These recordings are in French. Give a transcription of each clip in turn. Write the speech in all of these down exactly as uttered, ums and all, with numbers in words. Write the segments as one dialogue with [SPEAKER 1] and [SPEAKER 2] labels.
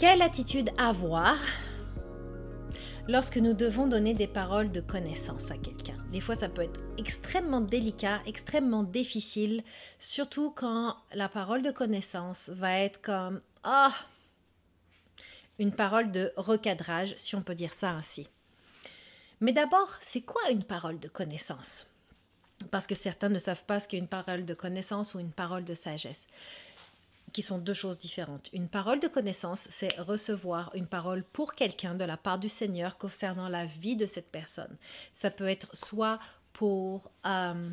[SPEAKER 1] Quelle attitude avoir lorsque nous devons donner des paroles de connaissance à quelqu'un? Des fois, ça peut être extrêmement délicat, extrêmement difficile, surtout quand la parole de connaissance va être comme « Ah !» une parole de recadrage, si on peut dire ça ainsi. Mais d'abord, c'est quoi une parole de connaissance? Parce que certains ne savent pas ce qu'est une parole de connaissance ou une parole de sagesse, qui sont deux choses différentes. Une parole de connaissance, c'est recevoir une parole pour quelqu'un de la part du Seigneur concernant la vie de cette personne. Ça peut être soit pour euh,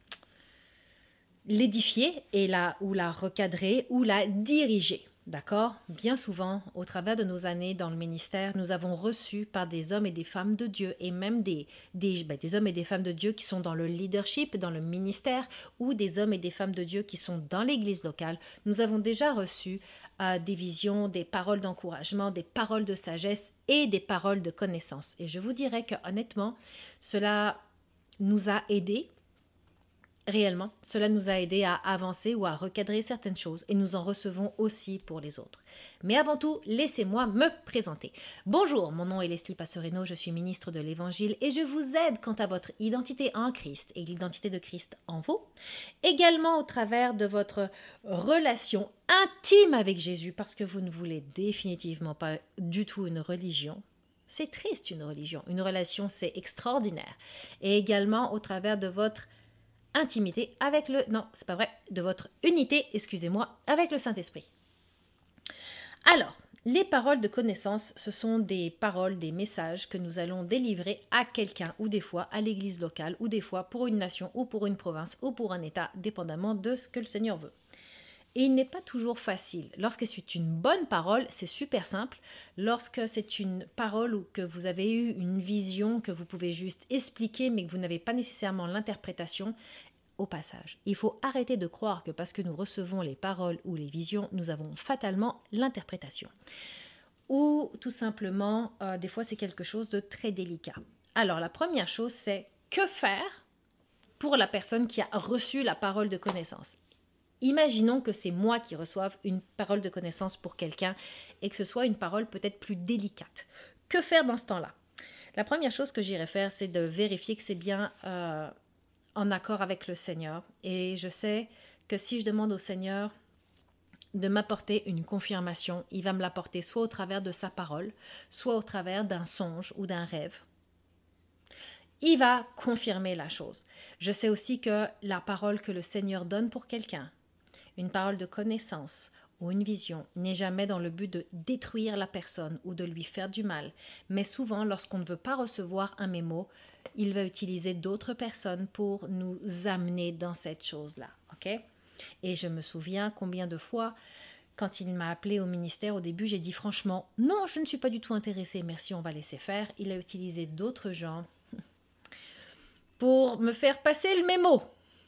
[SPEAKER 1] l'édifier et la, ou la recadrer ou la diriger. D'accord? Bien souvent, au travers de nos années dans le ministère, nous avons reçu par des hommes et des femmes de Dieu et même des, des, ben, des hommes et des femmes de Dieu qui sont dans le leadership, dans le ministère ou des hommes et des femmes de Dieu qui sont dans l'église locale. Nous avons déjà reçu euh, des visions, des paroles d'encouragement, des paroles de sagesse et des paroles de connaissance. Et je vous dirais que honnêtement, cela nous a aidés. Réellement, cela nous a aidé à avancer ou à recadrer certaines choses et nous en recevons aussi pour les autres. Mais avant tout, laissez-moi me présenter. Bonjour, mon nom est Leslie Passerino, je suis ministre de l'Évangile et je vous aide quant à votre identité en Christ et l'identité de Christ en vous. Également au travers de votre relation intime avec Jésus parce que vous ne voulez définitivement pas du tout une religion. C'est triste une religion, une relation c'est extraordinaire. Et également au travers de votre intimité avec le... Non, c'est pas vrai. De votre unité, excusez-moi, avec le Saint-Esprit. Alors, les paroles de connaissance, ce sont des paroles, des messages que nous allons délivrer à quelqu'un ou des fois à l'église locale ou des fois pour une nation ou pour une province ou pour un État, dépendamment de ce que le Seigneur veut. Et il n'est pas toujours facile. Lorsque c'est une bonne parole, c'est super simple. Lorsque c'est une parole ou que vous avez eu une vision que vous pouvez juste expliquer, mais que vous n'avez pas nécessairement l'interprétation, au passage, il faut arrêter de croire que parce que nous recevons les paroles ou les visions, nous avons fatalement l'interprétation. Ou tout simplement, euh, des fois, c'est quelque chose de très délicat. Alors, la première chose, c'est que faire pour la personne qui a reçu la parole de connaissance? Imaginons que c'est moi qui reçoive une parole de connaissance pour quelqu'un et que ce soit une parole peut-être plus délicate. Que faire dans ce temps-là? La première chose que j'irai faire, c'est de vérifier que c'est bien euh, en accord avec le Seigneur. Et je sais que si je demande au Seigneur de m'apporter une confirmation, il va me l'apporter soit au travers de sa parole, soit au travers d'un songe ou d'un rêve. Il va confirmer la chose. Je sais aussi que la parole que le Seigneur donne pour quelqu'un, une parole de connaissance ou une vision, n'est jamais dans le but de détruire la personne ou de lui faire du mal. Mais souvent, lorsqu'on ne veut pas recevoir un mémo, il va utiliser d'autres personnes pour nous amener dans cette chose-là. Okay? Et je me souviens combien de fois, quand il m'a appelé au ministère, au début, j'ai dit franchement, non, je ne suis pas du tout intéressée, merci, on va laisser faire. Il a utilisé d'autres gens pour me faire passer le mémo.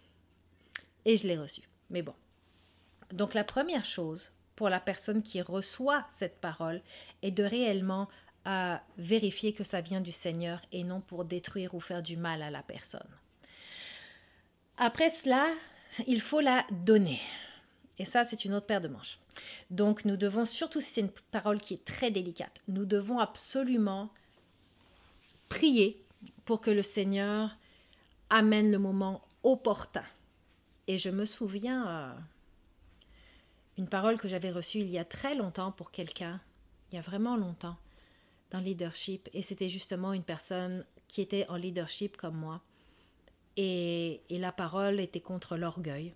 [SPEAKER 1] Et je l'ai reçu. Mais bon. Donc la première chose pour la personne qui reçoit cette parole est de réellement euh, vérifier que ça vient du Seigneur et non pour détruire ou faire du mal à la personne. Après cela, il faut la donner. Et ça, c'est une autre paire de manches. Donc nous devons, surtout si c'est une parole qui est très délicate, nous devons absolument prier pour que le Seigneur amène le moment opportun. Et je me souviens... Euh, Une parole que j'avais reçue il y a très longtemps pour quelqu'un, il y a vraiment longtemps, dans le leadership. Et c'était justement une personne qui était en leadership comme moi. Et, et la parole était contre l'orgueil.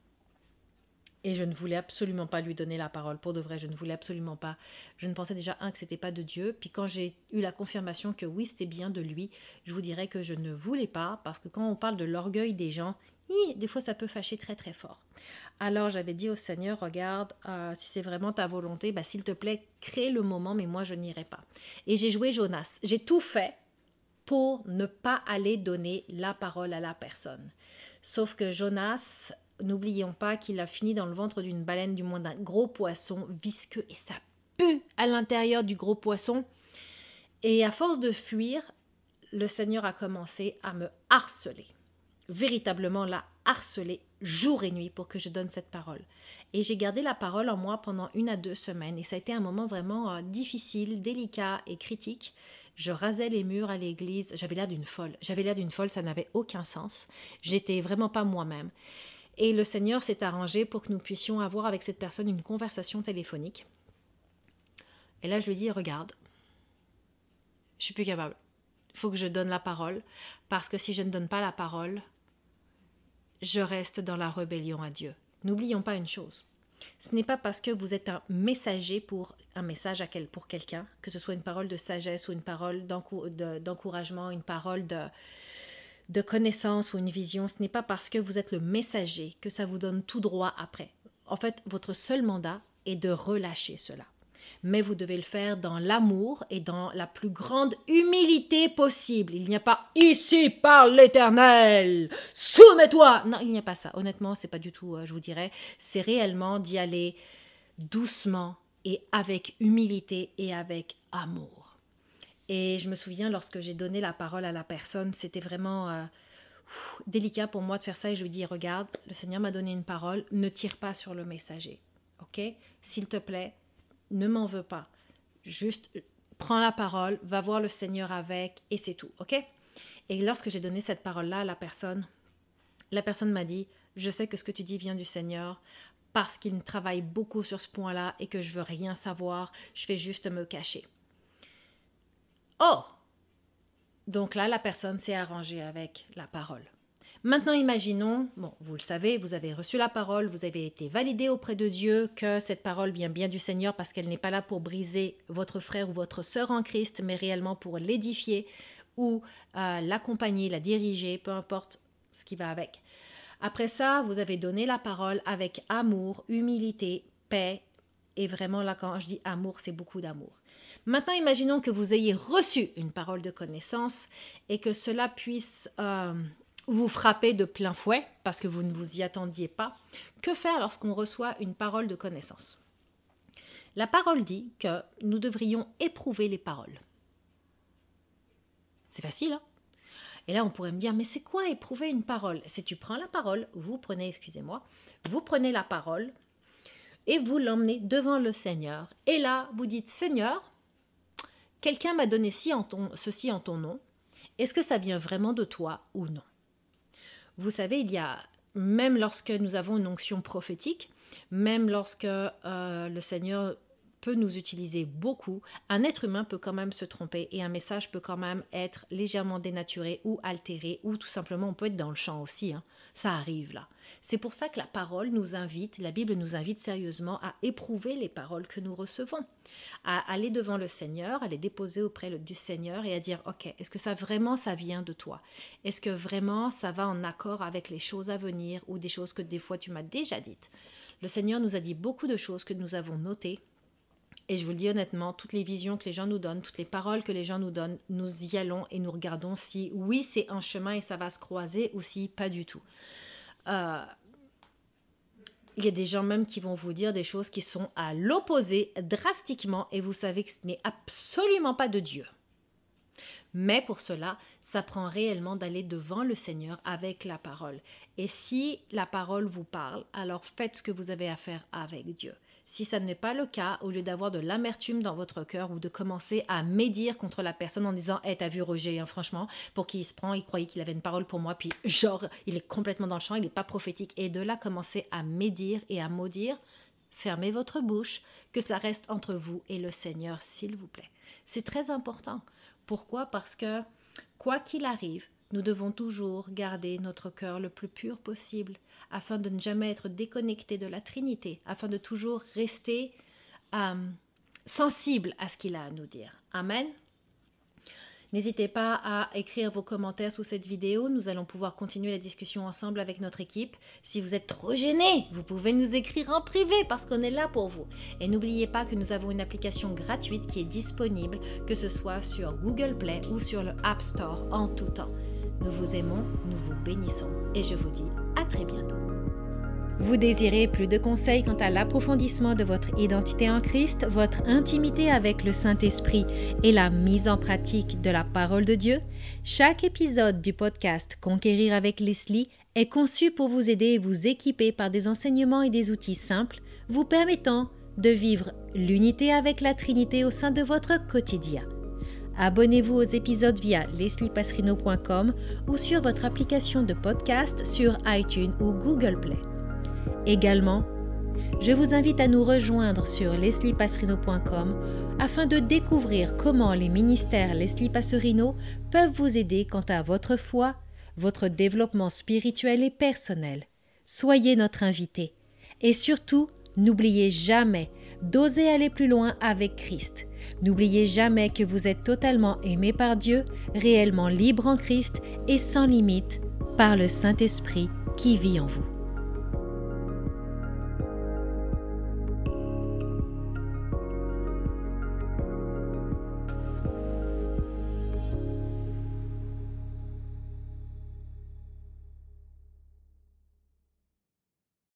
[SPEAKER 1] Et je ne voulais absolument pas lui donner la parole. Pour de vrai, je ne voulais absolument pas. Je ne pensais déjà, un, que ce n'était pas de Dieu. Puis quand j'ai eu la confirmation que oui, c'était bien de lui, je vous dirais que je ne voulais pas. Parce que quand on parle de l'orgueil des gens, des fois ça peut fâcher très très fort. Alors j'avais dit au Seigneur, regarde, euh, si c'est vraiment ta volonté, bah, s'il te plaît, crée le moment, mais moi je n'irai pas. Et j'ai joué Jonas. J'ai tout fait pour ne pas aller donner la parole à la personne. Sauf que Jonas, n'oublions pas qu'il a fini dans le ventre d'une baleine, du moins d'un gros poisson visqueux, et ça pue à l'intérieur du gros poisson. Et à force de fuir, le Seigneur a commencé à me harceler. Véritablement la harcelé jour et nuit pour que je donne cette parole. Et j'ai gardé la parole en moi pendant une à deux semaines. Et ça a été un moment vraiment euh, difficile, délicat et critique. Je rasais les murs à l'église. J'avais l'air d'une folle. J'avais l'air d'une folle, ça n'avait aucun sens. J'étais vraiment pas moi-même. Et le Seigneur s'est arrangé pour que nous puissions avoir avec cette personne une conversation téléphonique. Et là, je lui dis, regarde, je suis plus capable. Il faut que je donne la parole, parce que si je ne donne pas la parole, je reste dans la rébellion à Dieu. N'oublions pas une chose. Ce n'est pas parce que vous êtes un messager pour un message à quel, pour quelqu'un, que ce soit une parole de sagesse ou une parole d'encou- de, d'encouragement, une parole de, de connaissance ou une vision, ce n'est pas parce que vous êtes le messager que ça vous donne tout droit après. En fait, votre seul mandat est de relâcher cela. Mais vous devez le faire dans l'amour et dans la plus grande humilité possible. Il n'y a pas « Ici parle l'Éternel, soumets-toi » Non, il n'y a pas ça. Honnêtement, c'est pas du tout, euh, je vous dirais. C'est réellement d'y aller doucement et avec humilité et avec amour. Et je me souviens, lorsque j'ai donné la parole à la personne, c'était vraiment euh, ouf, délicat pour moi de faire ça. Et je lui dis « Regarde, le Seigneur m'a donné une parole, ne tire pas sur le messager. Ok? S'il te plaît, ne m'en veux pas. Juste prends la parole, va voir le Seigneur avec et c'est tout, ok? Et lorsque j'ai donné cette parole-là à la personne, la personne m'a dit, je sais que ce que tu dis vient du Seigneur parce qu'il travaille beaucoup sur ce point-là et que je veux rien savoir, je vais juste me cacher. Oh! Donc là, la personne s'est arrangée avec la parole. Maintenant, imaginons, bon, vous le savez, vous avez reçu la parole, vous avez été validé auprès de Dieu que cette parole vient bien du Seigneur parce qu'elle n'est pas là pour briser votre frère ou votre sœur en Christ, mais réellement pour l'édifier ou euh, l'accompagner, la diriger, peu importe ce qui va avec. Après ça, vous avez donné la parole avec amour, humilité, paix, et vraiment là, quand je dis amour, c'est beaucoup d'amour. Maintenant, imaginons que vous ayez reçu une parole de connaissance et que cela puisse... Euh, vous frappez de plein fouet parce que vous ne vous y attendiez pas. Que faire lorsqu'on reçoit une parole de connaissance? La parole dit que nous devrions éprouver les paroles. C'est facile, hein? Et là, on pourrait me dire, mais c'est quoi éprouver une parole? C'est tu prends la parole, vous prenez, excusez-moi, vous prenez la parole et vous l'emmenez devant le Seigneur. Et là, vous dites, Seigneur, quelqu'un m'a donné ci en ton, ceci en ton nom. Est-ce que ça vient vraiment de toi ou non? Vous savez, il y a, même lorsque nous avons une onction prophétique, même lorsque euh, le Seigneur peut nous utiliser beaucoup, un être humain peut quand même se tromper et un message peut quand même être légèrement dénaturé ou altéré ou tout simplement on peut être dans le champ aussi. Hein. Ça arrive là. C'est pour ça que la parole nous invite, la Bible nous invite sérieusement à éprouver les paroles que nous recevons, à aller devant le Seigneur, à les déposer auprès du Seigneur et à dire « Ok, est-ce que ça vraiment ça vient de toi? Est-ce que vraiment ça va en accord avec les choses à venir ou des choses que des fois tu m'as déjà dites ?» Le Seigneur nous a dit beaucoup de choses que nous avons notées. Et je vous le dis honnêtement, toutes les visions que les gens nous donnent, toutes les paroles que les gens nous donnent, nous y allons et nous regardons si oui c'est un chemin et ça va se croiser ou si pas du tout. Euh, il y a des gens même qui vont vous dire des choses qui sont à l'opposé drastiquement et vous savez que ce n'est absolument pas de Dieu. Mais pour cela, ça prend réellement d'aller devant le Seigneur avec la parole. Et si la parole vous parle, alors faites ce que vous avez à faire avec Dieu. Si ça n'est pas le cas, au lieu d'avoir de l'amertume dans votre cœur ou de commencer à médire contre la personne en disant hey, « t'as vu Roger, hein, franchement, pour qui il se prend, il croyait qu'il avait une parole pour moi, puis genre, il est complètement dans le champ, il n'est pas prophétique. » Et de là, commencer à médire et à maudire, fermez votre bouche, que ça reste entre vous et le Seigneur, s'il vous plaît. C'est très important. Pourquoi? Parce que, quoi qu'il arrive, nous devons toujours garder notre cœur le plus pur possible afin de ne jamais être déconnecté de la Trinité, afin de toujours rester euh, sensible à ce qu'il a à nous dire. Amen. N'hésitez pas à écrire vos commentaires sous cette vidéo. Nous allons pouvoir continuer la discussion ensemble avec notre équipe. Si vous êtes trop gêné, vous pouvez nous écrire en privé parce qu'on est là pour vous. Et n'oubliez pas que nous avons une application gratuite qui est disponible, que ce soit sur Google Play ou sur le App Store en tout temps. Nous vous aimons, nous vous bénissons et je vous dis à très bientôt. Vous désirez plus de conseils quant à l'approfondissement de votre identité en Christ, votre intimité avec le Saint-Esprit et la mise en pratique de la parole de Dieu? Chaque épisode du podcast Conquérir avec Leslie est conçu pour vous aider et vous équiper par des enseignements et des outils simples vous permettant de vivre l'unité avec la Trinité au sein de votre quotidien. Abonnez-vous aux épisodes via leslie passerino point com ou sur votre application de podcast sur iTunes ou Google Play. Également, je vous invite à nous rejoindre sur leslie passerino point com afin de découvrir comment les ministères Leslie Passerino peuvent vous aider quant à votre foi, votre développement spirituel et personnel. Soyez notre invité. Et surtout, n'oubliez jamais d'oser aller plus loin avec Christ. N'oubliez jamais que vous êtes totalement aimé par Dieu, réellement libre en Christ et sans limite par le Saint-Esprit qui vit en vous.